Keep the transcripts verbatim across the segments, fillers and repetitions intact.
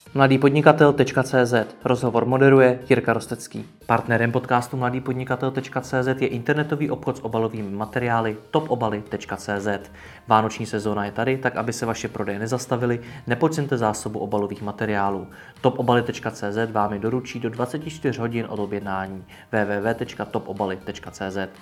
mladý podnikatel tečka cé zet. Rozhovor moderuje Jirka Rostecký. Partnerem podcastu mladý podnikatel tečka cé zet je internetový obchod s obalovými materiály top obaly tečka cé zet. Vánoční sezóna je tady, tak aby se vaše prodeje nezastavily, nepodceňte zásobu obalových materiálů. top obaly tečka cé zet vám je doručí do dvacet čtyři hodin od objednání. w w w tečka top obaly tečka cé zet.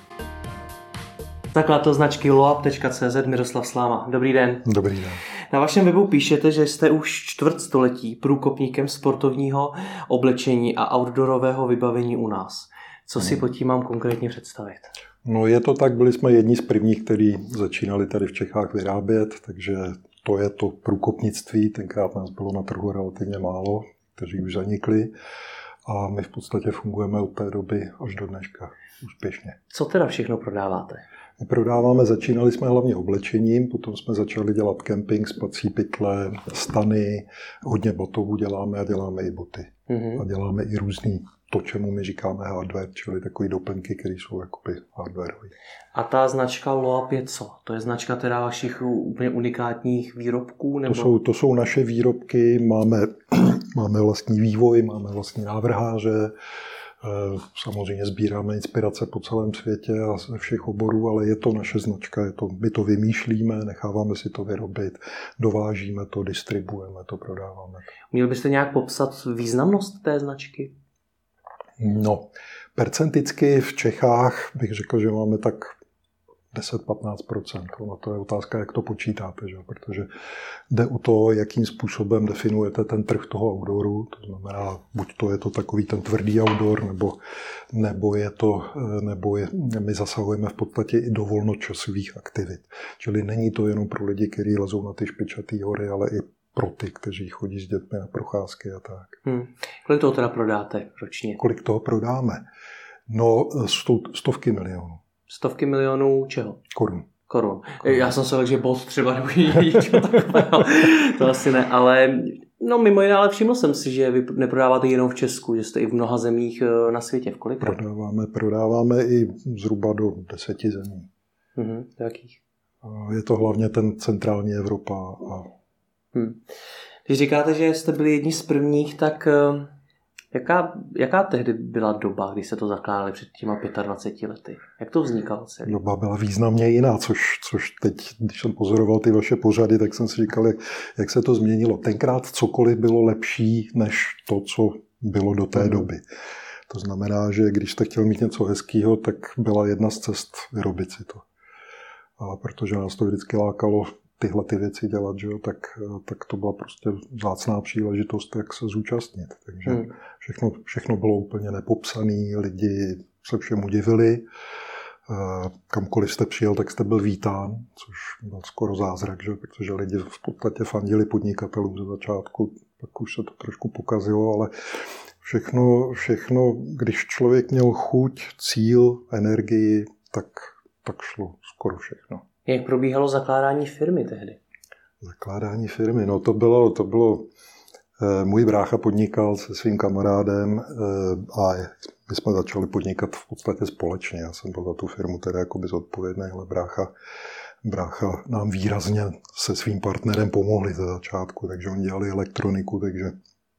Zakladatel značky loap tečka cé zet Miroslav Sláma. Dobrý den. Dobrý den. Na vašem webu píšete, že jste už čtvrtstoletí průkopníkem sportovního oblečení a outdoorového vybavení u nás. Co si pod tím mám konkrétně představit? No je to tak, byli jsme jedni z prvních, kteří začínali tady v Čechách vyrábět, takže to je to průkopnictví. Tenkrát nás bylo na trhu relativně málo, kteří už zanikli a my v podstatě fungujeme od té doby až do dneška úspěšně. Co teda všechno prodáváte? My prodáváme, začínali jsme hlavně oblečením, potom jsme začali dělat kemping, spací pytle, stany, hodně botovů děláme a děláme i boty. Mm-hmm. A děláme i různý, to, čemu my říkáme hardware, čili takové doplňky, které jsou jakoby hardwareové. A ta značka loap je co? To je značka teda vašich úplně unikátních výrobků? Nebo? To, jsou, to jsou naše výrobky, máme, máme vlastní vývoj, máme vlastní návrháře, samozřejmě sbíráme inspirace po celém světě a ze všech oborů, ale je to naše značka, je to, my to vymýšlíme, necháváme si to vyrobit, dovážíme to, distribuujeme to, prodáváme. Měl byste nějak popsat významnost té značky? No, percenticky v Čechách bych řekl, že máme tak deset až patnáct procent. No, to je otázka, jak to počítáte, že? Protože jde o to, jakým způsobem definujete ten trh toho outdooru. To znamená, buď to je to takový ten tvrdý outdoor, nebo, nebo, je to, nebo je, my zasahujeme v podstatě i do volnočasových aktivit. Čili není to jenom pro lidi, kteří lezou na ty špičatý hory, ale i pro ty, kteří chodí s dětmi na procházky a tak. Hmm. Kolik toho teda prodáte ročně? Kolik toho prodáme? No, sto, stovky milionů. Stovky milionů čeho? Korun. Korun. Já jsem se řekl, že bot třeba nebo něčeho takového. To asi ne, ale no mimo jiné, ale všiml jsem si, že vy neprodáváte jenom v Česku, že jste i v mnoha zemích na světě. V kolik? Prodáváme, prodáváme i zhruba do deseti zemí. Mhm, jakých? Je to hlavně ten centrální Evropa. A... Hmm. Když říkáte, že jste byli jedni z prvních, tak Jaká, jaká tehdy byla doba, když se to zakládali před těma dvaceti pěti lety? Jak to vznikalo celý? Doba byla významně jiná, což, což teď, když jsem pozoroval ty vaše pořady, tak jsem si říkal, jak, jak se to změnilo. Tenkrát cokoliv bylo lepší, než to, co bylo do té doby. To znamená, že když jste chtěl mít něco hezkého, tak byla jedna z cest vyrobit si to. A protože nás to vždycky lákalo tyhle ty věci dělat, že jo, tak, tak to byla prostě vzácná příležitost, jak se zúčastnit. Takže hmm. všechno, všechno bylo úplně nepopsané, lidi se všemu divili. Kamkoliv jste přijel, tak jste byl vítán, což byl skoro zázrak, že? Protože lidi v podstatě fandili podnikatelům ze začátku, pak už se to trošku pokazilo, ale všechno, všechno, když člověk měl chuť, cíl, energii, tak, tak šlo skoro všechno. Jak probíhalo zakládání firmy tehdy? Zakládání firmy, no to bylo, to bylo, eh, můj brácha podnikal se svým kamarádem eh, a my jsme začali podnikat v podstatě společně. Já jsem byl za tu firmu teda jakoby zodpovědný, ale brácha, brácha nám výrazně se svým partnerem pomohli ze začátku, takže oni dělali elektroniku, takže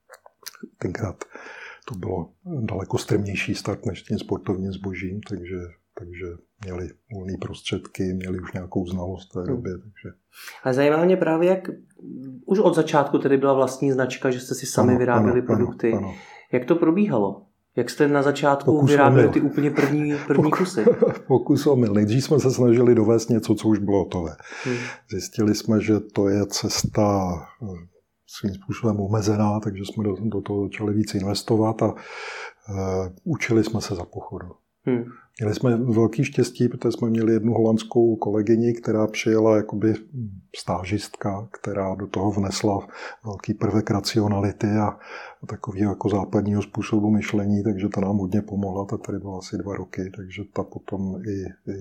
tenkrát to bylo daleko strmější start než tím sportovním zbožím, takže takže měli volné prostředky, měli už nějakou znalost v té době. Takže... Ale zajímá mě právě, jak už od začátku tedy byla vlastní značka, že jste si sami ano, vyráběli ano, produkty. Ano, ano. Jak to probíhalo? Jak jste na začátku Pokus vyráběli omyl. ty úplně první, první kusy? Pokus omyl. Nejdřív jsme se snažili dovést něco, co už bylo hotové. Hmm. Zjistili jsme, že to je cesta svým způsobem omezená, takže jsme do, do toho začali víc investovat a uh, učili jsme se za pochodu. Hmm. Měli jsme velký štěstí, protože jsme měli jednu holandskou kolegyni, která přijela jakoby stážistka, která do toho vnesla velký prvek racionality a takového jako západního způsobu myšlení, takže ta nám hodně pomohla, ta tady byla asi dva roky, takže ta potom i, i,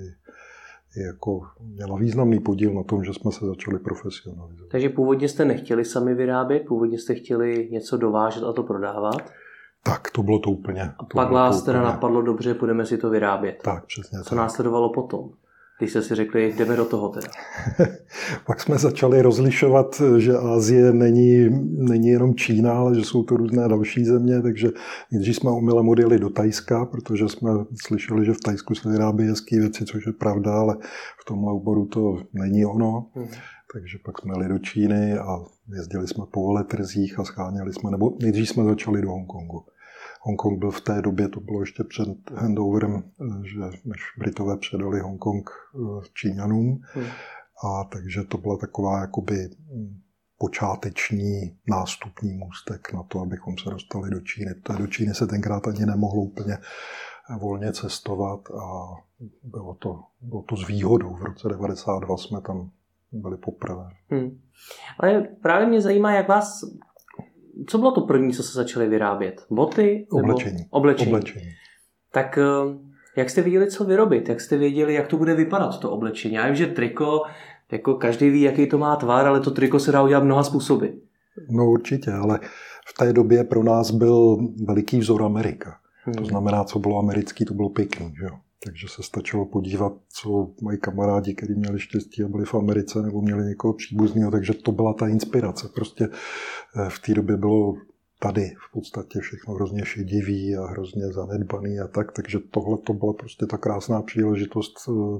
i jako měla významný podíl na tom, že jsme se začali profesionalizovat. Takže původně jste nechtěli sami vyrábět, původně jste chtěli něco dovážet a to prodávat? Tak, to bylo to úplně. A pak vás teda napadlo, dobře, budeme si to vyrábět. Tak, přesně. Co tak. následovalo potom? když jste si řekli, jdeme do toho teda? Pak jsme začali rozlišovat, že Asie není, není jenom Čína, ale že jsou to různé další země, takže nejdřív jsme omylem odjeli do Thajska, protože jsme slyšeli, že v Thajsku se vyrábí hezké věci, což je pravda, ale v tomhle oboru to není ono. Hmm. Takže pak jsme jeli do Číny a jezdili jsme po veletrzích a scháněli jsme, nebo nejdřív jsme začali do Hongkongu. Hongkong byl v té době, to bylo ještě před handoverem, že než Britové předali Hongkong Číňanům. Hmm. A takže to byla taková jakoby počáteční nástupní můstek na to, abychom se dostali do Číny. Do Číny se tenkrát ani nemohlo úplně volně cestovat a bylo to, bylo to s výhodou. V roce devadesát dva jsme tam byli poprvé. Hmm. Ale právě mě zajímá, jak vás... Co bylo to první, co se začaly vyrábět? Boty? Oblečení. Oblečení. Oblečení. Tak jak jste věděli, co vyrobit? Jak jste věděli, jak to bude vypadat, to oblečení? Já vím, že triko, jako každý ví, jaký to má tvar, ale to triko se dá udělat mnoha způsoby. No určitě, ale v té době pro nás byl veliký vzor Amerika. Hmm. To znamená, co bylo americký, to bylo pěkný, že jo? Takže se stačilo podívat, co mají kamarádi, kteří měli štěstí a byli v Americe nebo měli někoho příbuzného, takže to byla ta inspirace. Prostě v té době bylo tady v podstatě všechno hrozně šedivý a hrozně zanedbaný a tak, takže tohle to byla prostě ta krásná příležitost.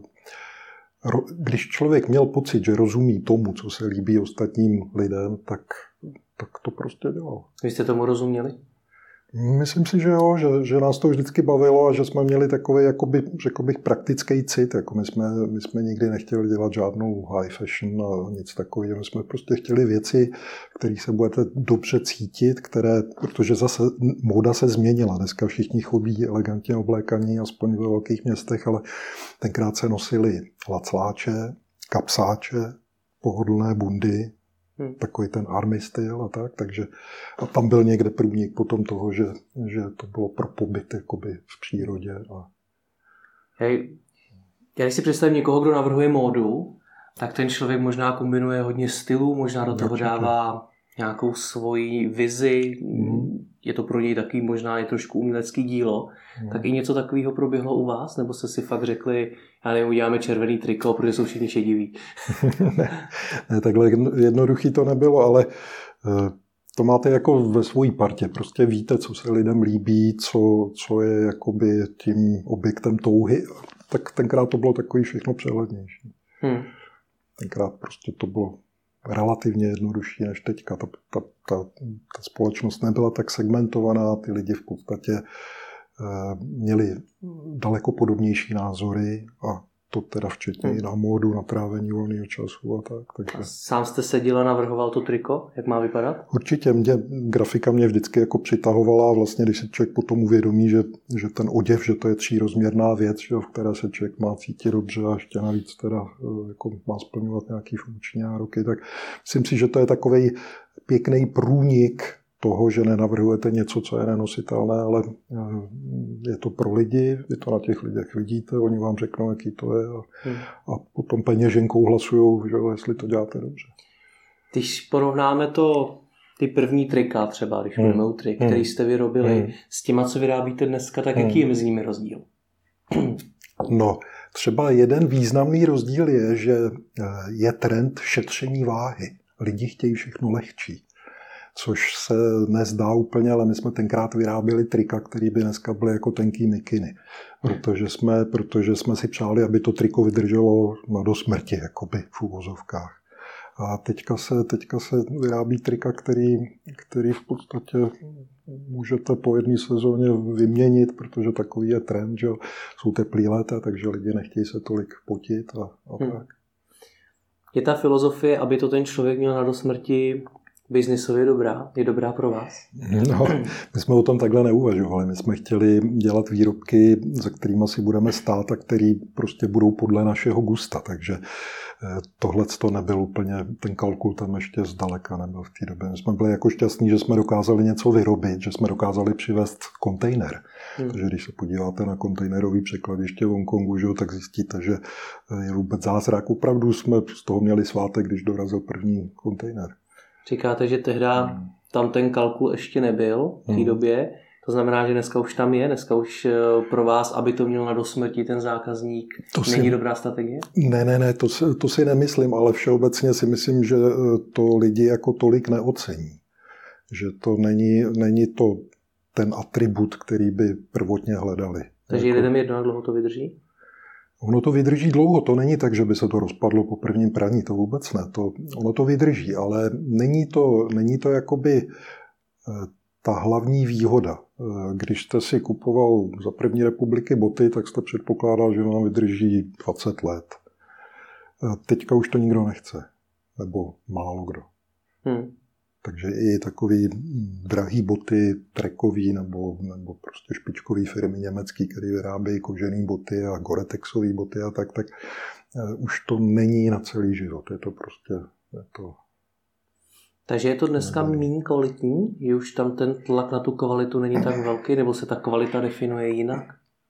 Když člověk měl pocit, že rozumí tomu, co se líbí ostatním lidem, tak, tak to prostě dělal. Vy jste tomu rozuměli? Myslím si, že jo, že, že nás to vždycky bavilo a že jsme měli takový, jakoby, řekl bych, praktický cit. Jako my, jsme, my jsme nikdy nechtěli dělat žádnou high fashion a nic takového. My jsme prostě chtěli věci, které se budete dobře cítit, které, protože zase móda se změnila. Dneska všichni chodí elegantně oblékaní, aspoň ve velkých městech, ale tenkrát se nosili lacláče, kapsáče, pohodlné bundy, Hmm. takový ten army styl a tak, takže a tam byl někde průnik potom toho, že, že to bylo pro pobyt jakoby v přírodě. A... Hej, já když si představím někoho, kdo navrhuje módu, tak ten člověk možná kombinuje hodně stylů, možná do toho Určitě. dává nějakou svoji vizi, hmm. je to pro něj taky možná je trošku umělecký dílo, hmm. tak i něco takového proběhlo u vás? Nebo jste si fakt řekli, já nevím, uděláme červený triko, protože jsou všichni šediví? ne, ne, takhle jednoduchý to nebylo, ale to máte jako ve své partě. Prostě víte, co se lidem líbí, co, co je jakoby tím objektem touhy. Tak tenkrát to bylo takový všechno přehlednější. Hmm. Tenkrát prostě to bylo relativně jednodušší než teďka. Ta, ta, ta, ta společnost nebyla tak segmentovaná, ty lidi v podstatě e, měli daleko podobnější názory a to teda včetně hmm. i na módu, na trávení volného času a tak. Takže... A sám jste seděl a navrhoval to triko? Jak má vypadat? Určitě. Mě, grafika mě vždycky jako přitahovala a vlastně, když se člověk potom uvědomí, že, že ten oděv, že to je třírozměrná věc, že, v které se člověk má cítit dobře a ještě navíc teda jako má splňovat nějaký funkční nároky, tak myslím si, že to je takovej pěkný průnik toho, že nenavrhujete něco, co je nenositelné, ale je to pro lidi, vy to na těch lidech vidíte, oni vám řeknou, jaký to je a, hmm. a potom peněženkou hlasujou, že jestli to děláte dobře. Když porovnáme to, ty první trika třeba, když budeme u trik, který jste vyrobili, hmm. s těma, co vyrábíte dneska, tak hmm. jaký je mezi nimi rozdíl? No, třeba jeden významný rozdíl je, že je trend šetření váhy. Lidi chtějí všechno lehčí. Což se nezdá úplně, ale my jsme tenkrát vyráběli trika, které by dneska byly jako tenký mikiny. Protože jsme, protože jsme si přáli, aby to triko vydrželo na do smrti, jakoby v uvozovkách. A teďka se, teďka se vyrábí trika, který, který v podstatě můžete po jedné sezóně vyměnit, protože takový je trend, že jsou teplý léta, takže lidi nechtějí se tolik potit a, a tak. Hmm. Je ta filozofie, aby to ten člověk měl na do smrti biznisově dobrá? Je dobrá pro vás? No, my jsme o tom takhle neuvažovali. My jsme chtěli dělat výrobky, za kterými si budeme stát a který prostě budou podle našeho gusta. Takže tohle to nebyl úplně, ten kalkul tam ještě zdaleka nebyl v té době. My jsme byli jako šťastní, že jsme dokázali něco vyrobit, že jsme dokázali přivést kontejner. Hmm. Takže když se podíváte na kontejnerový překladiště v Hongkongu, že, tak zjistíte, že je vůbec zázrak. Opravdu jsme z toho měli svátek, když dorazil první kontejner. Říkáte, že tehdy tam ten kalkul ještě nebyl v té hmm. době. To znamená, že dneska už tam je, dneska už pro vás, aby to měl na dosmrti ten zákazník, to není si... dobrá strategie? Ne, ne, ne, to si, to si nemyslím, ale všeobecně si myslím, že to lidi jako tolik neocení. Že to není, není to ten atribut, který by prvotně hledali. Takže jako... lidem jedno, jak dlouho to vydrží? Ono to vydrží dlouho, to není tak, že by se to rozpadlo po prvním praní, to vůbec ne. To, ono to vydrží, ale není to, není to jakoby ta hlavní výhoda. Když jste si kupoval za první republiky boty, tak jste předpokládal, že vám vydrží dvacet let. Teďka už to nikdo nechce. Nebo málo kdo. Hmm. Takže i takový drahý boty, trekový nebo, nebo prostě špičkový firmy německý, které vyrábějí kožený boty a Gore-Texový boty a tak, tak už to není na celý život. Je to prostě... Je to... Takže je to dneska méně kvalitní? Je už tam ten tlak na tu kvalitu není tak velký, nebo se ta kvalita definuje jinak?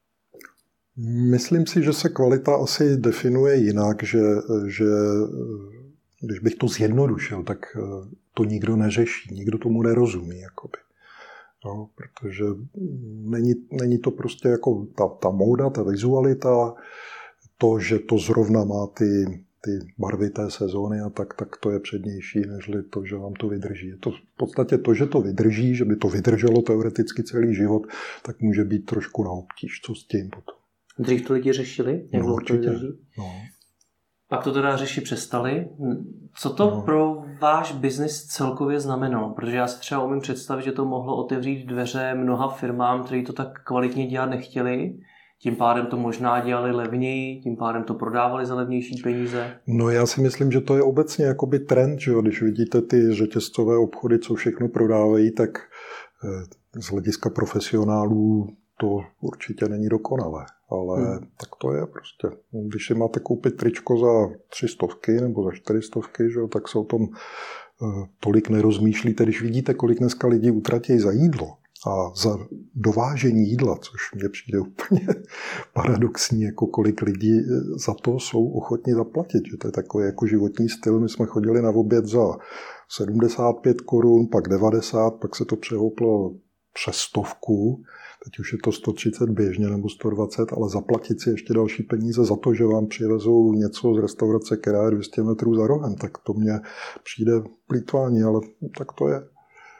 Myslím si, že se kvalita asi definuje jinak, že, že když bych to zjednodušil, tak to nikdo neřeší, nikdo tomu nerozumí. Jakoby. No, protože není, není to prostě jako ta, ta móda, ta vizualita, to, že to zrovna má ty, ty barvy té sezóny a tak, tak to je přednější, než to, že vám to vydrží. Je to v podstatě to, že to vydrží, že by to vydrželo teoreticky celý život, tak může být trošku na obtíž. Co s tím potom? Dřív to lidi řešili? Jak no, určitě. To vydrží? No. Pak to teda řeši přestali. Co to no. pro váš biznis celkově znamenalo? Protože já si třeba umím představit, že to mohlo otevřít dveře mnoha firmám, kteří to tak kvalitně dělat nechtěli. Tím pádem to možná dělali levněji, tím pádem to prodávali za levnější peníze. No já si myslím, že to je obecně jakoby trend, že jo? Když vidíte ty řetězcové obchody, co všechno prodávají, tak z hlediska profesionálů to určitě není dokonalé. Ale hmm. tak to je prostě. Když si máte koupit tričko za tři stovky nebo za čtyři stovky, že, tak se o tom uh, tolik nerozmýšlíte. Když vidíte, kolik dneska lidi utratí za jídlo a za dovážení jídla, což mně přijde úplně paradoxní, jako kolik lidí za to jsou ochotní zaplatit. Že to je takový jako životní styl. My jsme chodili na oběd za sedmdesát pět korun, pak devadesát, pak se to přehouplo přes stovku. Teď už je to sto třicet běžně nebo sto dvacet, ale zaplatit si ještě další peníze za to, že vám přivezou něco z restaurace, která je dvě stě metrů za rohem, tak to mně přijde plýtvání, ale tak to je.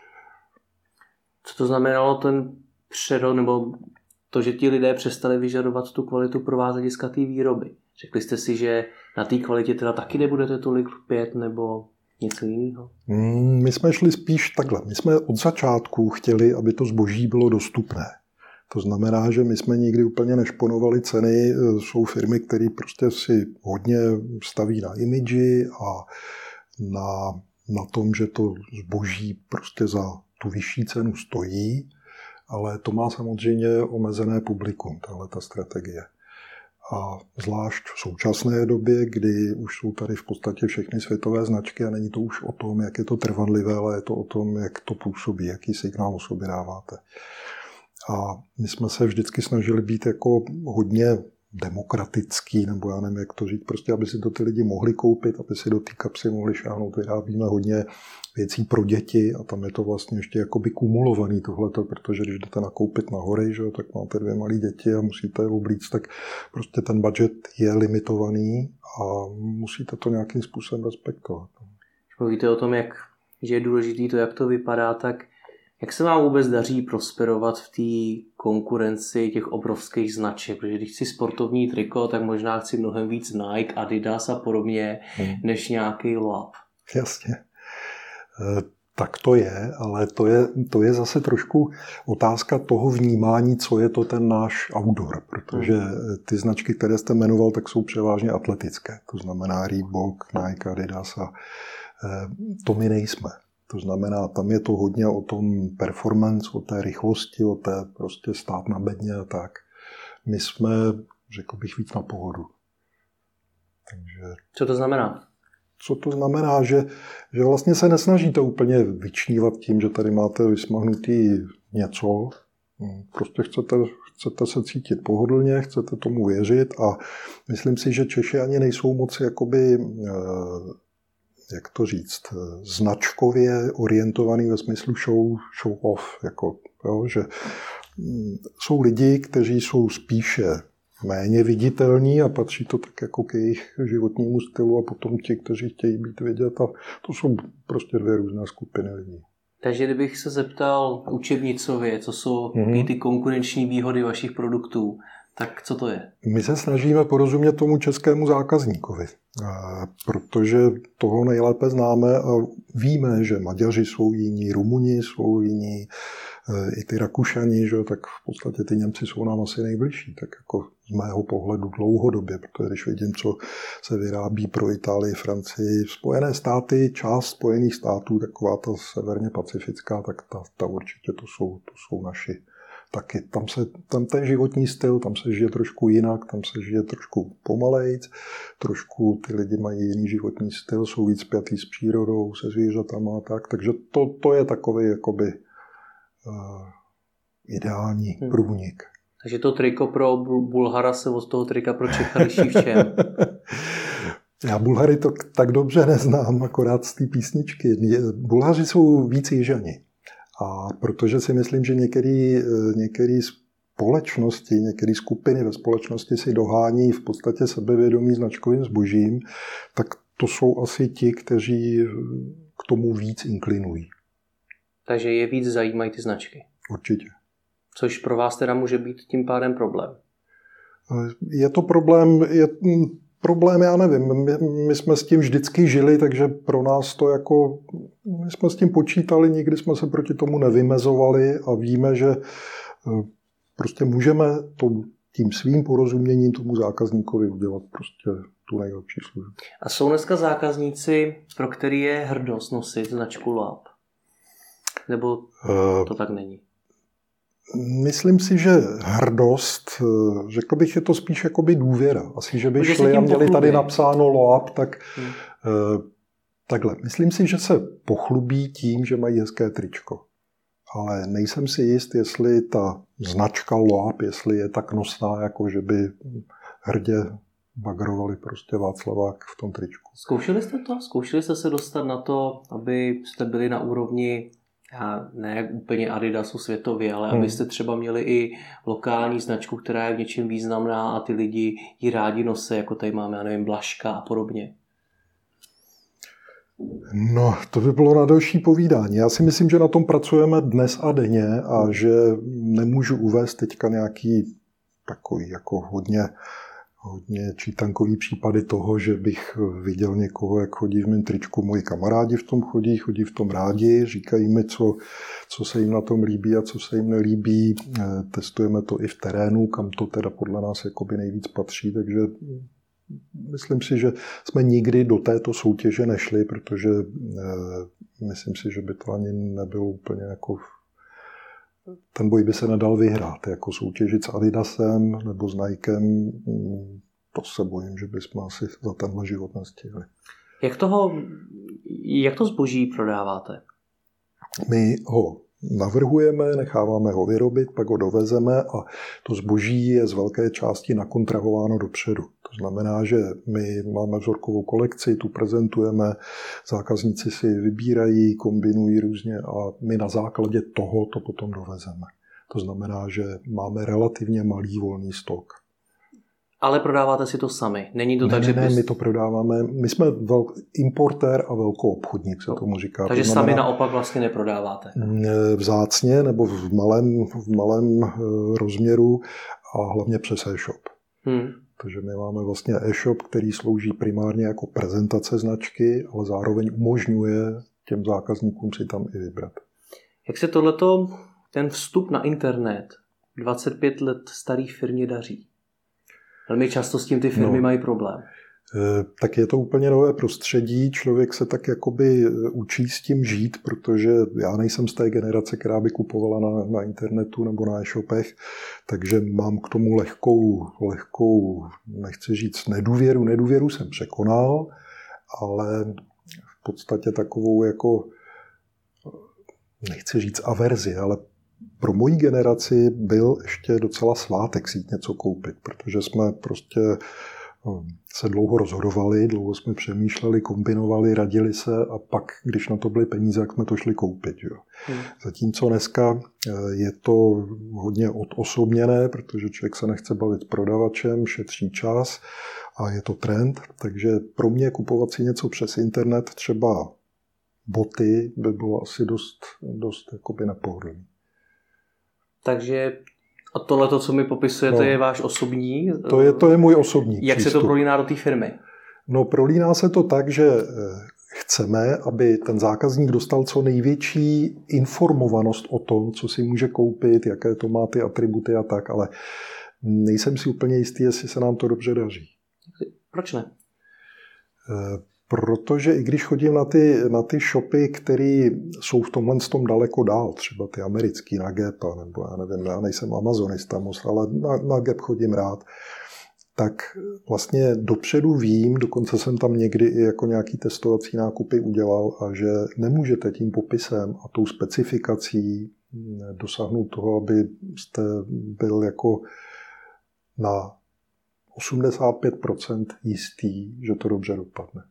Co to znamenalo ten přerod, nebo to, že ti lidé přestali vyžadovat tu kvalitu pro vás hlediska té výroby? Řekli jste si, že na té kvalitě teda taky nebudete tolik lpět, nebo něco jiného? My jsme šli spíš takhle. My jsme od začátku chtěli, aby to zboží bylo dostupné. To znamená, že my jsme nikdy úplně nešponovali ceny. Jsou firmy, které prostě si hodně staví na imidži a na, na tom, že to zboží prostě za tu vyšší cenu stojí, ale to má samozřejmě omezené publikum, tahle ta strategie. A zvlášť v současné době, kdy už jsou tady v podstatě všechny světové značky a není to už o tom, jak je to trvanlivé, ale je to o tom, jak to působí, jaký signál o sobě dáváte. A my jsme se vždycky snažili být jako hodně demokratický, nebo já nevím, jak to říct, prostě, aby si to ty lidi mohli koupit, aby si do té kapsy mohli šáhnout. Vyrábíme hodně věcí pro děti a tam je to vlastně ještě jakoby kumulovaný tohleto, protože když jdete nakoupit na hory, že, tak máte dvě malé děti a musíte je oblíct, tak prostě ten budget je limitovaný a musíte to nějakým způsobem respektovat. Když mluvíte o tom, jak, že je důležité to, jak to vypadá, tak jak se vám vůbec daří prosperovat v té konkurenci těch obrovských značek? Protože když chci sportovní triko, tak možná chci mnohem víc Nike, Adidas a podobně, hmm. než nějaký Loab. Jasně. E, tak to je, ale to je, to je zase trošku otázka toho vnímání, co je to ten náš outdoor. Protože ty značky, které jste jmenoval, tak jsou převážně atletické. To znamená Reebok, Nike, Adidas a e, to my nejsme. To znamená, tam je to hodně o tom performance, o té rychlosti, o té prostě stát na bedně a tak. My jsme, řekl bych, víc na pohodu. Takže, co to znamená? Co to znamená, že, že vlastně se nesnažíte úplně vyčnívat tím, že tady máte vysmahnutý něco. Prostě chcete, chcete se cítit pohodlně, chcete tomu věřit a myslím si, že Češi ani nejsou moc jakoby jak to říct, značkově orientovaný ve smyslu show, show off. Jako, jo, že jsou lidi, kteří jsou spíše méně viditelní a patří to tak jako k jejich životnímu stylu a potom ti, kteří chtějí být vidět. A to jsou prostě dvě různé skupiny lidí. Takže kdybych se zeptal učebnicově, co jsou mm-hmm. ty konkurenční výhody vašich produktů, tak co to je? My se snažíme porozumět tomu českému zákazníkovi, protože toho nejlépe známe a víme, že Maďaři jsou jiní, Rumuni jsou jiní, i ty Rakušani, že, tak v podstatě ty Němci jsou nám asi nejbližší, tak jako z mého pohledu dlouhodobě, protože když vidím, co se vyrábí pro Itálii, Francii, Spojené státy, část Spojených států, taková ta severně pacifická, tak ta, ta určitě to jsou, to jsou naši taky. Tam, se, tam ten životní styl, tam se žije trošku jinak, tam se žije trošku pomalejc, trošku ty lidi mají jiný životní styl, jsou víc spjatý s přírodou, se zvířatama a tak, takže to, to je takový jakoby uh, ideální hmm. průnik. Takže to triko pro Bulhara se od toho trika pro Čecha liší v čem? Já Bulhary to tak dobře neznám, akorát z té písničky. Bulhaři jsou víc jižani. A protože si myslím, že některé některé společnosti, některé skupiny ve společnosti si dohání v podstatě sebevědomí značkovým zbožím, tak to jsou asi ti, kteří k tomu víc inklinují. Takže je víc zajímají ty značky. Určitě. Což pro vás teda může být tím pádem problém. Je to problém, je problém, já nevím, my, my jsme s tím vždycky žili, takže pro nás to jako, my jsme s tím počítali, nikdy jsme se proti tomu nevymezovali a víme, že prostě můžeme to, tím svým porozuměním tomu zákazníkovi udělat prostě tu nejlepší službu. A jsou dneska zákazníci, pro který je hrdost nosit značku Loap? Nebo to uh, tak není? Myslím si, že hrdost, řekl bych, je to spíš jakoby důvěra. Asi, že by šli a měli tady napsáno Loap, tak hmm. uh, takhle. Myslím si, že se pochlubí tím, že mají hezké tričko. Ale nejsem si jist, jestli ta značka Loap, jestli je tak nosná, jako že by hrdě bagrovali prostě Václavák v tom tričku. Zkoušeli jste to? Zkoušeli jste se dostat na to, aby jste byli na úrovni já ne úplně Adidasu světově, ale hmm. abyste třeba měli i lokální značku, která je v něčem významná a ty lidi ji rádi nosí, jako tady máme, já nevím, Blažka a podobně. No, to by bylo na další povídání. Já si myslím, že na tom pracujeme dnes a denně a že nemůžu uvést teďka nějaký takový jako hodně hodně čítankový případy toho, že bych viděl někoho, jak chodí v mém tričku. Moji kamarádi v tom chodí, chodí v tom rádi, říkají mi, co, co se jim na tom líbí a co se jim nelíbí. Testujeme to i v terénu, kam to teda podle nás jakoby nejvíc patří, takže myslím si, že jsme nikdy do této soutěže nešli, protože myslím si, že by to ani nebylo úplně jako ten boj by se nedal vyhrát, jako soutěžit s Adidasem nebo s Nikem, to se bojím, že bychom asi za tenhle život nestihli. Jak toho, jak to zboží prodáváte? My ho navrhujeme, necháváme ho vyrobit, pak ho dovezeme a to zboží je z velké části nakontrahováno dopředu. To znamená, že my máme vzorkovou kolekci, tu prezentujeme, zákazníci si vybírají, kombinují různě a my na základě toho to potom dovezeme. To znamená, že máme relativně malý volný stok. Ale prodáváte si to sami? Není to ne, tak, ne, že... Ne, bys... my to prodáváme. My jsme velk... importér a velkoobchodník, se tomu říká. Takže to znamená, sami naopak vlastně neprodáváte? Vzácně nebo v malém, v malém rozměru a hlavně přes e-shop. Hmm. Takže my máme vlastně e-shop, který slouží primárně jako prezentace značky, ale zároveň umožňuje těm zákazníkům si tam i vybrat. Jak se tohleto, ten vstup na internet dvacet pět let starý firmě daří? Velmi často s tím ty firmy no, mají problém. Tak je to úplně nové prostředí, člověk se tak jakoby učí s tím žít, protože já nejsem z té generace, která by kupovala na, na internetu nebo na e-shopech, takže mám k tomu lehkou, lehkou, nechci říct nedůvěru, nedůvěru jsem překonal, ale v podstatě takovou jako, nechci říct averzi, ale pro moji generaci byl ještě docela svátek si jít něco koupit, protože jsme prostě se dlouho rozhodovali, dlouho jsme přemýšleli, kombinovali, radili se a pak, když na to byly peníze, tak jsme to šli koupit. Jo. Hmm. Zatímco dneska je to hodně odosobněné, protože člověk se nechce bavit s prodavačem, šetří čas a je to trend. Takže pro mě kupovat si něco přes internet, třeba boty, by bylo asi dost, dost jakoby nepohodlné. Takže a tohle, co mi popisujete, no, je váš osobní? To je, to je můj osobní Jak přístup. se to prolíná do té firmy? No, prolíná se to tak, že chceme, aby ten zákazník dostal co největší informovanost o tom, co si může koupit, jaké to má ty atributy a tak, ale nejsem si úplně jistý, jestli se nám to dobře daří. Proč ne? Protože i když chodím na ty, na ty shopy, které jsou v tomhle tom daleko dál, třeba ty americký na Gap, nebo já nevím, já nejsem amazonista moc, ale na, na Gap chodím rád, tak vlastně dopředu vím, dokonce jsem tam někdy i jako nějaký testovací nákupy udělal, a že nemůžete tím popisem a tou specifikací dosáhnout toho, aby jste byl jako na osmdesát pět procent jistý, že to dobře dopadne.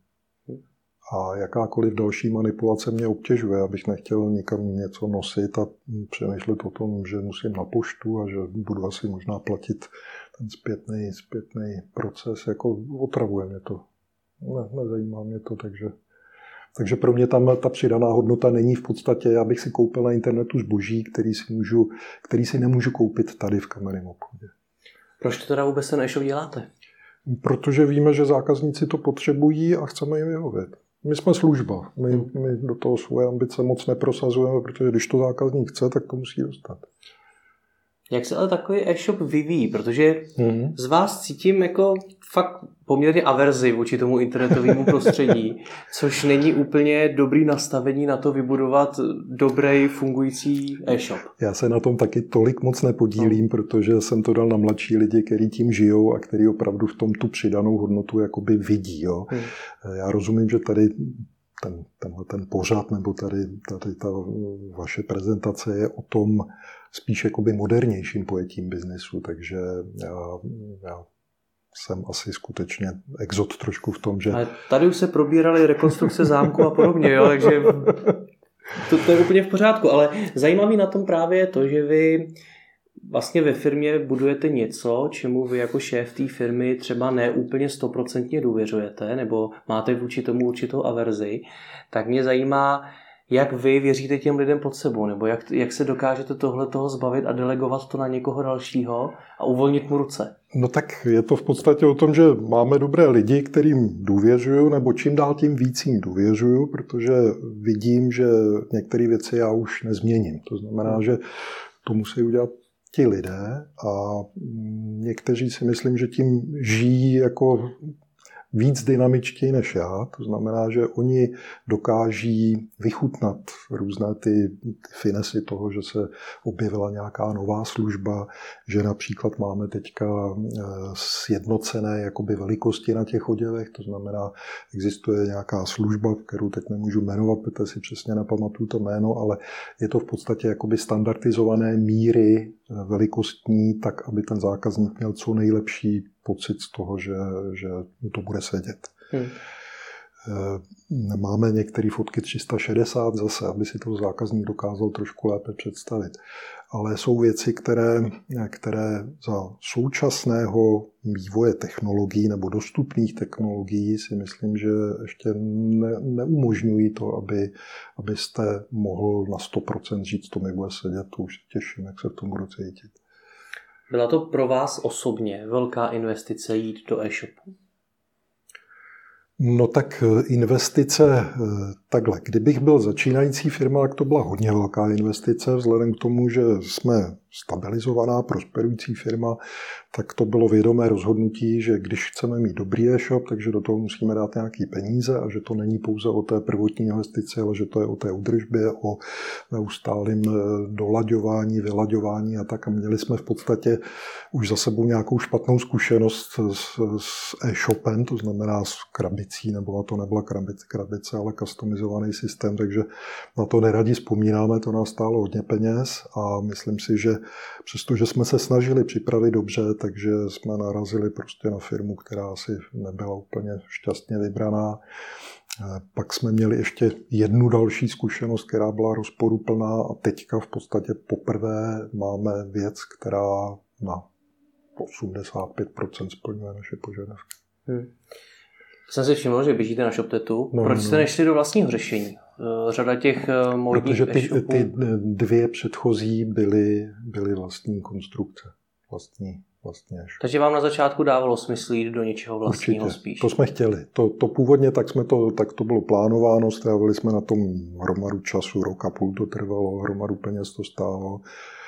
A jakákoliv další manipulace mě obtěžuje, abych nechtěl nikam něco nosit a přemýšlet o tom, že musím na poštu a že budu asi možná platit ten zpětný, zpětný proces. Jako otravuje mě to. Ne, nezajímá mě to, takže... Takže pro mě tam ta přidaná hodnota není v podstatě, já bych si koupil na internetu zboží, který si, můžu, který si nemůžu koupit tady v kamenném obchodě. Proč to teda vůbec ten e-shop děláte? Protože víme, že zákazníci to potřebují a chceme jim vyhovět. My jsme služba. My, my do toho svoje ambice moc neprosazujeme, protože když to zákazník chce, tak to musí dostat. Jak se ale takový e-shop vyvíjí? Protože mm-hmm. z vás cítím jako fakt poměrně averzi vůči tomu internetovému prostředí, což není úplně dobrý nastavení na to vybudovat dobrý fungující e-shop. Já se na tom taky tolik moc nepodílím, no. protože jsem to dal na mladší lidi, kteří tím žijou a kteří opravdu v tom tu přidanou hodnotu jakoby vidí. Jo. Hmm. Já rozumím, že tady ten, tenhle ten pořad nebo tady, tady ta vaše prezentace je o tom spíš jakoby modernějším pojetím biznesu, takže já, já jsem asi skutečně exot trošku v tom, že... Ale tady už se probíraly rekonstrukce zámku a podobně, jo, takže to, to je úplně v pořádku, ale zajímá mě na tom právě to, že vy vlastně ve firmě budujete něco, čemu vy jako šéf té firmy třeba ne úplně stoprocentně důvěřujete, nebo máte vůči tomu určitou averzi, tak mě zajímá, jak vy věříte těm lidem pod sebou, nebo jak, jak se dokážete tohle toho zbavit a delegovat to na někoho dalšího a uvolnit mu ruce? No tak je to v podstatě o tom, že máme dobré lidi, kterým důvěřuju, nebo čím dál tím víc jim důvěřuju, protože vidím, že některé věci já už nezměním. To znamená, že to musí udělat ti lidé a někteří si myslím, že tím žijí jako víc dynamičtěji než já. To znamená, že oni dokáží vychutnat různé ty, ty finesy toho, že se objevila nějaká nová služba, že například máme teďka sjednocené jakoby velikosti na těch oděvech, to znamená, existuje nějaká služba, kterou teď nemůžu jmenovat, protože si přesně nepamatuju to jméno, ale je to v podstatě jakoby standardizované míry velikostní, tak aby ten zákazník měl co nejlepší pocit z toho, že, že to bude sedět. Hmm. Máme některé fotky tři sta šedesát zase, aby si to zákazník dokázal trošku lépe představit. Ale jsou věci, které, které za současného vývoje technologií nebo dostupných technologií si myslím, že ještě ne, neumožňují to, aby, abyste mohl na sto procent říct, to mi bude sedět, to už se těším, jak se v tom budu cítit. Byla to pro vás osobně velká investice jít do e-shopu? No tak investice takhle. Kdybych byl začínající firma, tak to byla hodně velká investice, vzhledem k tomu, že jsme stabilizovaná, prosperující firma, tak to bylo vědomé rozhodnutí, že když chceme mít dobrý e-shop, takže do toho musíme dát nějaké peníze a že to není pouze o té prvotní investici, ale že to je o té údržbě, o neustálém dolaďování, vylaďování a tak. A měli jsme v podstatě už za sebou nějakou špatnou zkušenost s, s e-shopem, to znamená s krabicí, nebo to nebyla krabice, krabice, ale customizovaná centralizovaný systém, takže na to neradi vzpomínáme, to nás stálo hodně peněz a myslím si, že přestože jsme se snažili připravit dobře, takže jsme narazili prostě na firmu, která asi nebyla úplně šťastně vybraná. Pak jsme měli ještě jednu další zkušenost, která byla rozporuplná a teďka v podstatě poprvé máme věc, která na osmdesát pět procent splňuje naše požadavky. Hmm. Jsem si všiml, že běžíte na ShopTetu. No, Proč jste no. nešli do vlastního řešení? Řada těch módních Protože ty, ty dvě předchozí byly, byly vlastní konstrukce. Vlastní, vlastní Takže vám na začátku dávalo smysl jít do něčeho vlastního Určitě. spíš? To jsme chtěli. To, to původně tak, jsme to, tak to bylo plánováno, strávili jsme na tom hromadu času, rok a půl to trvalo, hromadu peněz to stálo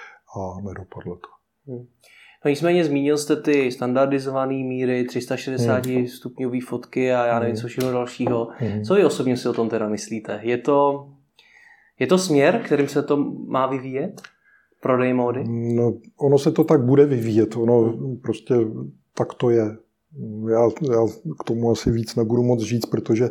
a nedopadlo to. Hmm. No nicméně zmínil jste ty standardizované míry, tři sta šedesát hmm. stupňové fotky a já nevím, co všechno dalšího. Hmm. Co vy osobně si o tom teda myslíte? Je to, je to směr, kterým se to má vyvíjet? Prodej módy? No, ono se to tak bude vyvíjet. Ono hmm. prostě tak to je. Já, já k tomu asi víc nebudu moc říct, protože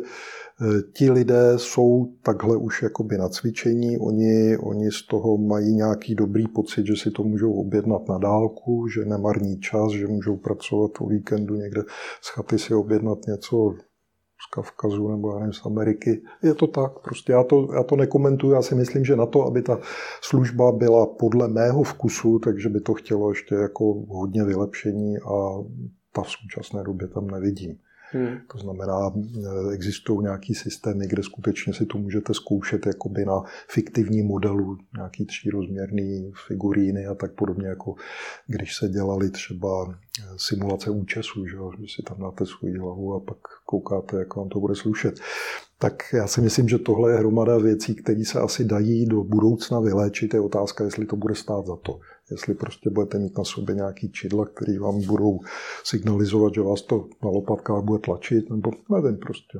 ti lidé jsou takhle už jakoby nacvičení, oni, oni z toho mají nějaký dobrý pocit, že si to můžou objednat na dálku, že nemarní čas, že můžou pracovat o víkendu někde z chaty si objednat něco z Kavkazu nebo já nevím, z Ameriky. Je to tak, prostě já to, já to nekomentuju, já si myslím, že na to, aby ta služba byla podle mého vkusu, takže by to chtělo ještě jako hodně vylepšení a ta v současné době tam nevidím. Hmm. To znamená, existují nějaký systémy, kde skutečně si to můžete zkoušet jakoby na fiktivní modelu, nějaký třírozměrný figuríny a tak podobně, jako když se dělali třeba simulace účesu, že, že si tam dáte svoji hlavu a pak koukáte, jak vám to bude slušet. Tak já si myslím, že tohle je hromada věcí, které se asi dají do budoucna vyléčit. Je otázka, jestli to bude stát za to. Jestli prostě budete mít na sobě nějaký čidla, který vám budou signalizovat, že vás to na lopatkách bude tlačit, nebo nevím prostě.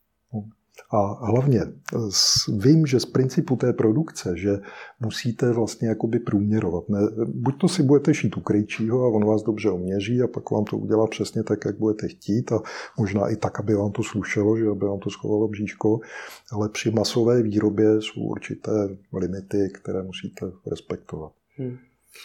A hlavně vím, že z principu té produkce, že musíte vlastně jakoby průměrovat. Ne, buď to si budete šít u krejčího a on vás dobře oměří a pak vám to udělá přesně tak, jak budete chtít a možná i tak, aby vám to slušelo, že aby vám to schovalo bříško, ale při masové výrobě jsou určité limity, které musíte respektovat. Hmm.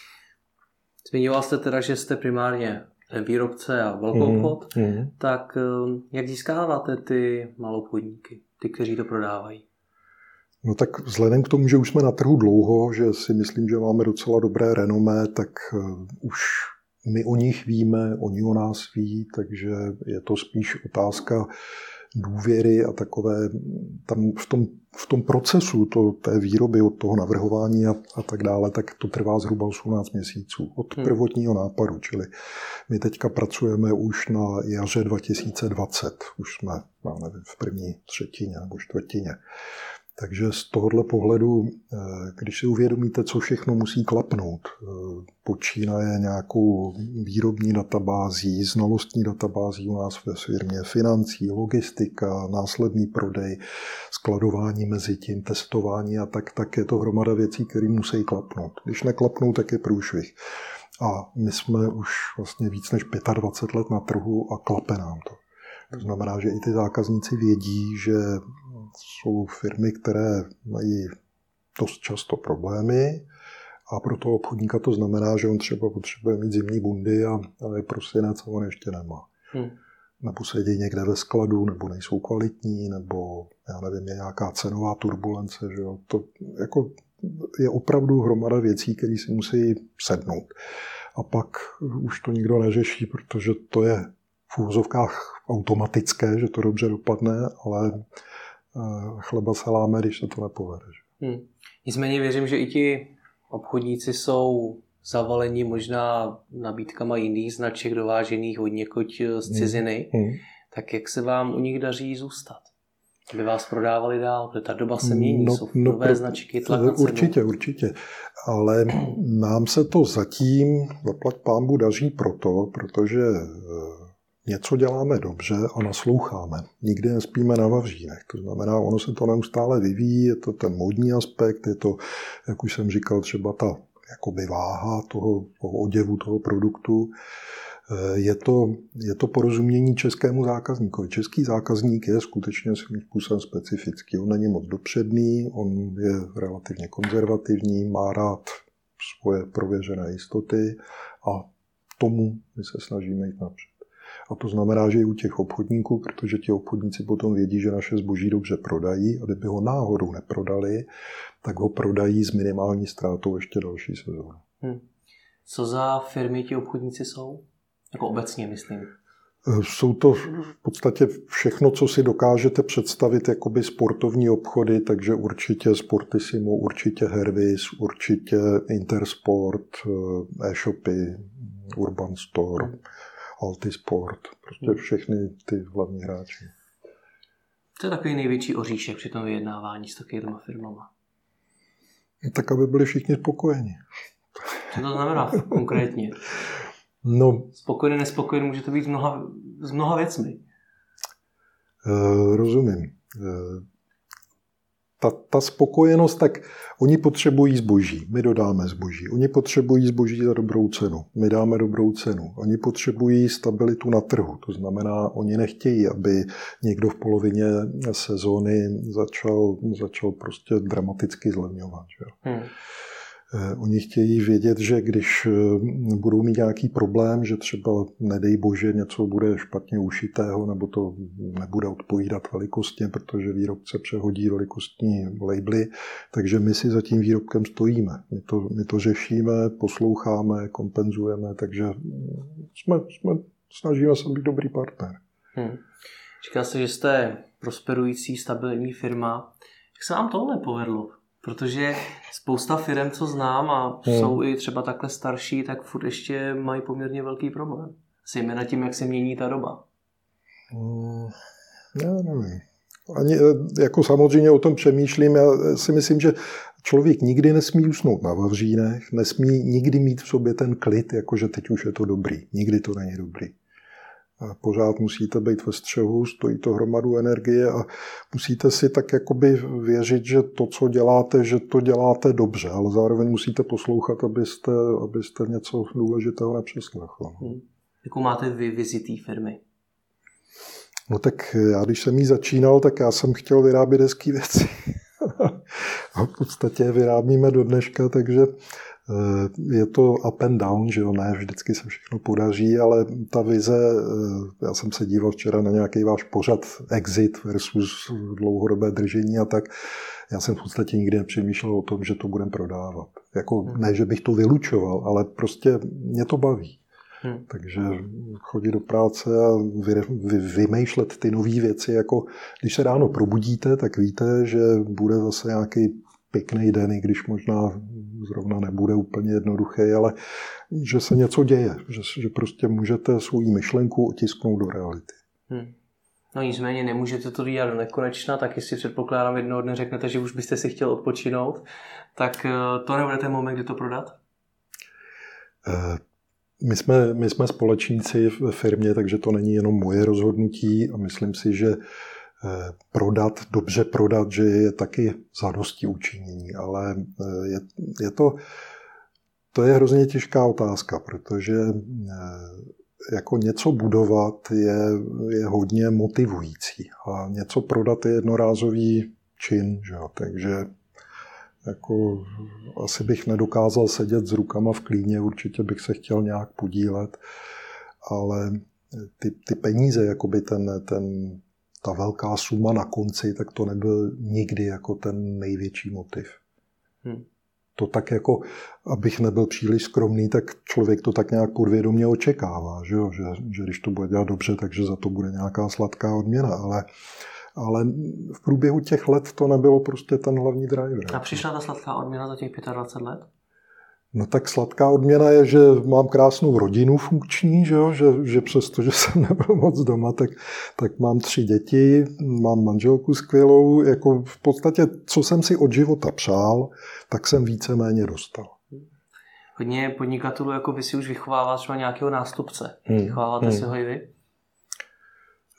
Zmiňoval jste teda, že jste primárně výrobce a velkoobchod, mm, mm. tak jak získáváte ty maloobchodníky, ty, kteří to prodávají? No tak vzhledem k tomu, že už jsme na trhu dlouho, že si myslím, že máme docela dobré renomé, tak už my o nich víme, oni o nás ví, takže je to spíš otázka důvěry a takové, tam v tom, v tom procesu to, té výroby, od toho navrhování a, a tak dále, tak to trvá zhruba osmnáct měsíců od prvotního nápadu, čili my teďka pracujeme už na jaře dva tisíce dvacet, už jsme, já nevím, v první třetině nebo čtvrtině. Takže z tohohle pohledu, když si uvědomíte, co všechno musí klapnout, počínaje nějakou výrobní databází, znalostní databází u nás ve firmě, financí, logistika, následný prodej, skladování mezi tím, testování a tak, tak je to hromada věcí, které musí klapnout. Když neklapnou, tak je průšvih. A my jsme už vlastně víc než dvacet pět let na trhu a klape nám to. To znamená, že i ty zákazníci vědí, že jsou firmy, které mají dost často problémy a pro toho obchodníka to znamená, že on třeba potřebuje mít zimní bundy a, a je prosinec a on ještě nemá. Hmm. Nebo sedí někde ve skladu, nebo nejsou kvalitní, nebo já nevím, je nějaká cenová turbulence. Že jo? To jako je opravdu hromada věcí, které si musí sednout. A pak už to nikdo neřeší, protože to je v úvozovkách automatické, že to dobře dopadne, ale chleba saláme, když se to nepovede. Hmm. Nicméně věřím, že i ti obchodníci jsou zavaleni možná nabídkama jiných značek dovážených od někoť z ciziny. Hmm. Hmm. Tak jak se vám u nich daří zůstat? Aby vás prodávali dál, protože ta doba se mění, no, jsou no, nové pro, značky, tlak na cenu. Určitě, určitě. Ale nám se to zatím, zaplať pánbu, daří proto, protože něco děláme dobře a nasloucháme. Nikdy nespíme na vavřínech. To znamená, ono se to neustále vyvíjí, je to ten módní aspekt, je to, jak už jsem říkal, třeba ta jakoby váha toho, toho oděvu, toho produktu. Je to, je to porozumění českému zákazníkovi. Český zákazník je skutečně svým způsobem specifický. On není moc dopředný, on je relativně konzervativní, má rád svoje prověřené jistoty a tomu my se snažíme jít napřed. A to znamená, že i u těch obchodníků, protože ti obchodníci potom vědí, že naše zboží dobře prodají a kdyby ho náhodou neprodali, tak ho prodají s minimální ztrátou ještě další sezónu. Hmm. Co za firmy ti obchodníci jsou? Jako obecně, myslím. Jsou to v podstatě všechno, co si dokážete představit, jakoby sportovní obchody, takže určitě Sportissimo, určitě Hervis, určitě Intersport, e-shopy, Urban Store, hmm. Altisport, prostě všechny ty hlavní hráči. Co je takový největší oříšek při tom vyjednávání s takovými firmama? Tak, aby byli všichni spokojeni. Co to znamená konkrétně? No, spokojený, nespokojený může to být mnoha, s mnoha věcmi. Uh, rozumím. Uh, ta, ta spokojenost, tak oni potřebují zboží, my dodáme zboží. Oni potřebují zboží za dobrou cenu, my dáme dobrou cenu. Oni potřebují stabilitu na trhu, to znamená, oni nechtějí, aby někdo v polovině sezóny začal, začal prostě dramaticky zlevňovat. Že? Hmm. Oni chtějí vědět, že když budou mít nějaký problém, že třeba, nedej bože, něco bude špatně ušitého, nebo to nebude odpovídat velikostně, protože výrobce přehodí velikostní labely, takže my si za tím výrobkem stojíme. My to, my to řešíme, posloucháme, kompenzujeme, takže jsme, jsme, snažíme se být dobrý partner. Hmm. Říkal jste, že jste prosperující, stabilní firma. Jak se vám tohle povedlo? Protože spousta firem, co znám a hmm. jsou i třeba takhle starší, tak furt ještě mají poměrně velký problém. Zejména tím, jak se mění ta doba. Hmm. Já nevím. Ani, jako samozřejmě o tom přemýšlím. Já si myslím, že člověk nikdy nesmí usnout na vavřínech, nesmí nikdy mít v sobě ten klid, jakože teď už je to dobrý. Nikdy to není dobrý. A pořád musíte být ve střehu, stojí to hromadu energie a musíte si tak jakoby věřit, že to, co děláte, že to děláte dobře, ale zároveň musíte poslouchat, abyste, abyste něco důležitého nepřeslechli. Hmm. Jakou máte vy vizi té firmy? No tak já, když jsem jí začínal, tak já jsem chtěl vyrábět hezký věci. A v podstatě vyrábíme do dneška, takže je to up and down, že jo, ne, vždycky se všechno podaří, ale ta vize, já jsem se díval včera na nějaký váš pořad Exit versus dlouhodobé držení a tak, já jsem v podstatě nikdy nepřemýšlel o tom, že to budeme prodávat. Jako, ne, že bych to vylučoval, ale prostě mě to baví. Hmm. Takže chodit do práce a vy, vy, vymýšlet ty nové věci, jako když se ráno probudíte, tak víte, že bude zase nějaký pěkný den, i když možná zrovna nebude úplně jednoduchý, ale že se něco děje, že, že prostě můžete svou myšlenku otisknout do reality. Hmm. No nicméně nemůžete to dělat do nekonečna, tak jestli předpokládám jednoho dne řeknete, že už byste si chtěl odpočinout, tak to nebude ten moment, kdy to prodat? My jsme, my jsme společníci ve firmě, takže to není jenom moje rozhodnutí a myslím si, že prodat, dobře prodat, že je taky zadosti učinění, ale je, je to, to je hrozně těžká otázka, protože jako něco budovat je, je hodně motivující a něco prodat je jednorázový čin, že jo? Takže jako asi bych nedokázal sedět s rukama v klíně, určitě bych se chtěl nějak podílet, ale ty, ty peníze, jakoby ten, ten ta velká suma na konci, tak to nebyl nikdy jako ten největší motiv. Hmm. To tak jako, abych nebyl příliš skromný, tak člověk to tak nějak podvědomě očekává, že, jo? Že, že když to bude dělat dobře, takže za to bude nějaká sladká odměna, ale, ale v průběhu těch let to nebylo prostě ten hlavní driver. A přišla ta sladká odměna za těch dvacet pět let? No tak sladká odměna je, že mám krásnou rodinu funkční, že, jo? že, že přesto, že jsem nebyl moc doma, tak, tak mám tři děti, mám manželku skvělou, jako v podstatě, co jsem si od života přál, tak jsem víceméně dostal. Hodně podnikatelů, jako vy si už vychovává třeba nějakého nástupce. Hmm. Vychováváte hmm. si ho i vy?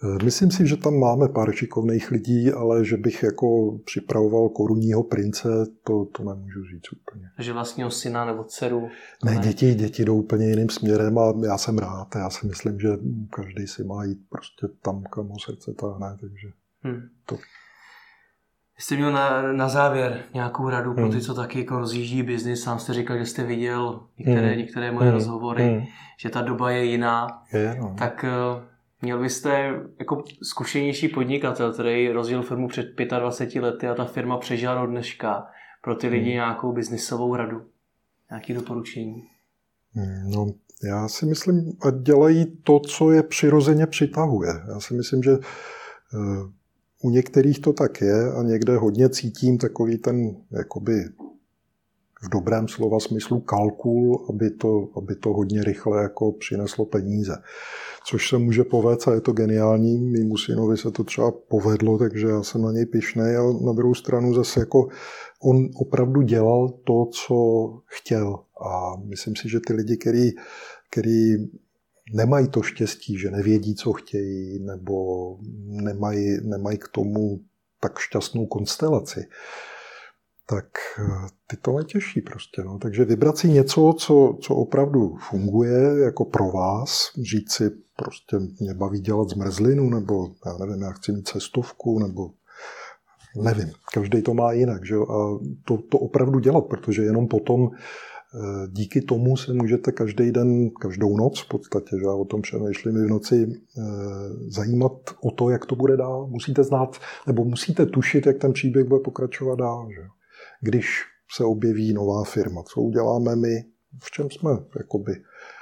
Myslím si, že tam máme pár šikovných lidí, ale že bych jako připravoval korunního prince, to, to nemůžu říct úplně. Takže vlastního syna nebo dceru? Ne, ne, děti, děti jdou úplně jiným směrem a já jsem rád. Já si myslím, že každý si má jít prostě tam, kam ho srdce táhne, takže hmm. to... Jste měl na, na závěr nějakou radu pro ty, co taky jako rozjíždí biznis. Sám jste říkal, že jste viděl některé, hmm. některé moje hmm. rozhovory, hmm. že ta doba je jiná. Je, no. Tak uh, měl byste jako zkušenější podnikatel, který rozjel firmu před dvaceti pěti lety a ta firma přežila do dneška. Pro ty lidi hmm. nějakou biznisovou radu? Nějaké doporučení? Hmm, no, já si myslím, ať dělají to, co je přirozeně přitahuje. Já si myslím, že... Uh, U některých to tak je a někde hodně cítím takový ten, jakoby v dobrém slova smyslu kalkul, aby to, aby to hodně rychle jako přineslo peníze. Což se může povést a je to geniální. Mému synovi se to třeba povedlo, takže já jsem na něj pyšnej, ale na druhou stranu zase jako on opravdu dělal to, co chtěl. A myslím si, že ty lidi, který, který nemají to štěstí, že nevědí, co chtějí, nebo nemají, nemají k tomu tak šťastnou konstelaci, tak ty to netěší prostě. No. Takže vybrat si něco, co, co opravdu funguje jako pro vás, říct si prostě mě baví dělat zmrzlinu, nebo já nevím, já chci mít cestovku, nebo nevím, každý to má jinak. Že? A to, to opravdu dělat, protože jenom potom díky tomu se můžete každý den, každou noc v podstatě, že já o tom přemýšlím i v noci, zajímat o to, jak to bude dál. Musíte znát, nebo musíte tušit, jak ten příběh bude pokračovat dál. Že? Když se objeví nová firma, co uděláme my, v čem jsme, jakoby,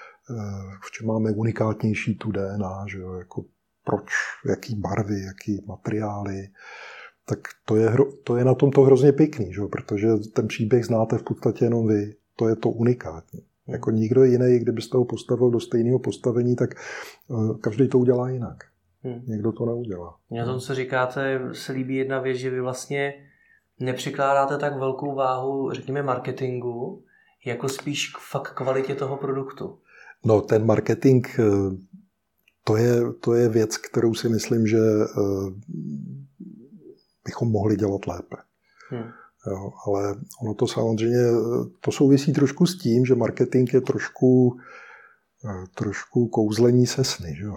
v čem máme unikátnější tu D N A, že? Jako proč, jaký barvy, jaký materiály, tak to je, to je na tom to hrozně pěkný, že? Protože ten příběh znáte v podstatě jenom vy. To je to unikátní. Jako nikdo jiný, kdybyste ho postavil do stejného postavení, tak každý to udělá jinak. Hmm. Někdo to neudělá. Mně to, co říkáte, se líbí jedna věc, že vy vlastně nepřikládáte tak velkou váhu, řekněme, marketingu, jako spíš k fakt kvalitě toho produktu. No, ten marketing, to je, to je věc, kterou si myslím, že bychom mohli dělat lépe. Hmm. Jo, ale ono to samozřejmě, to souvisí trošku s tím, že marketing je trošku, trošku kouzlení se sny. Že?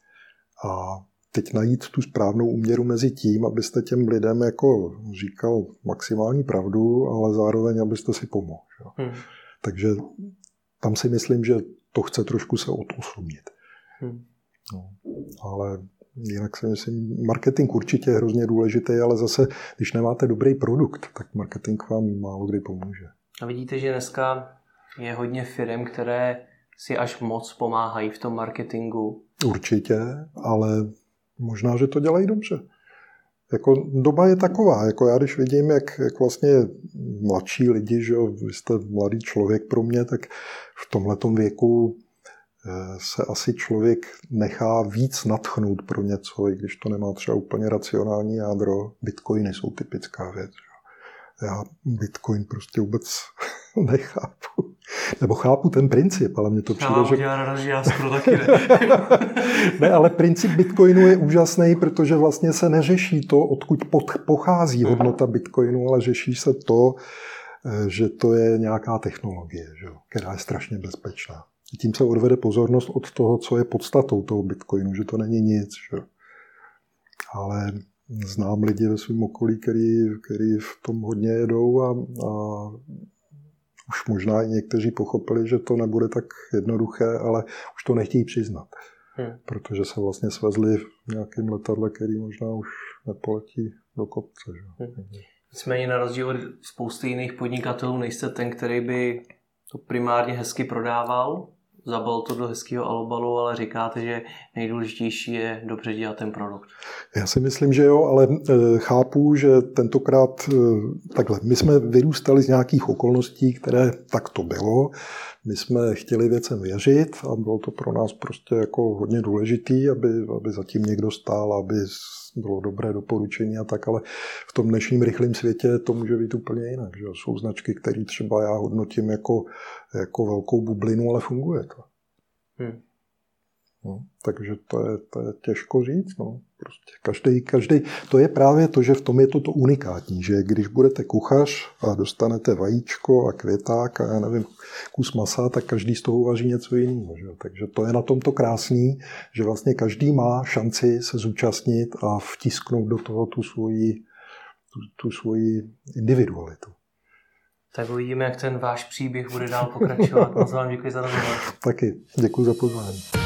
A teď najít tu správnou úměru mezi tím, abyste těm lidem jako říkal maximální pravdu, ale zároveň abyste si pomohl. Že? Hmm. Takže tam si myslím, že to chce trošku se odosobnit. Hmm. No, ale jinak si myslím, marketing určitě je hrozně důležitý, ale zase, když nemáte dobrý produkt, tak marketing vám málo kdy pomůže. A vidíte, že dneska je hodně firem, které si až moc pomáhají v tom marketingu. Určitě, ale možná, že to dělají dobře. Jako doba je taková, jako já když vidím, jak, jak vlastně mladší lidi, že jo, vy jste mladý člověk pro mě, tak v tomhletom věku se asi člověk nechá víc nadchnout pro něco, i když to nemá třeba úplně racionální jádro. Bitcoiny jsou typická věc. Já Bitcoin prostě vůbec nechápu. Nebo chápu ten princip, ale mě to přijde, já že... Já že já skoro taky ne. Ne, ale princip Bitcoinu je úžasný, protože vlastně se neřeší to, odkud pochází hodnota Bitcoinu, ale řeší se to, že to je nějaká technologie, že? Která je strašně bezpečná. Tím se odvede pozornost od toho, co je podstatou toho Bitcoinu, že to není nic. Že? Ale znám lidi ve svém okolí, který, který v tom hodně jedou a, a už možná i někteří pochopili, že to nebude tak jednoduché, ale už to nechtějí přiznat. Hmm. Protože se vlastně svezli v nějakém letadle, který možná už nepoletí do kopce. Že? Hmm. Nicméně na rozdíl od spousty jiných podnikatelů nejste ten, který by to primárně hezky prodával, zabal to do hezkého alobalu, ale říkáte, že nejdůležitější je dobře dělat ten produkt. Já si myslím, že jo, ale chápu, že tentokrát takhle. My jsme vyrůstali z nějakých okolností, které tak to bylo. My jsme chtěli věcem věřit a bylo to pro nás prostě jako hodně důležitý, aby, aby zatím někdo stál, aby bylo dobré doporučení a tak, ale v tom dnešním rychlém světě to může být úplně jinak. Že? Jsou značky, které třeba já hodnotím jako, jako velkou bublinu, ale funguje to. Hmm. No, takže to je, to je těžko říct. No. Prostě každý, každý, to je právě to, že v tom je to, to unikátní, že když budete kuchař a dostanete vajíčko a květák a já nevím, kus masa, tak každý z toho uvaří něco jiného. Že? Takže to je na tom to krásný, že vlastně každý má šanci se zúčastnit a vtisknout do toho tu svoji, tu, tu svoji individualitu. Tak uvidíme, jak ten váš příběh bude dál pokračovat. Moc vám děkuji za rozhovor. Taky děkuji za pozvání.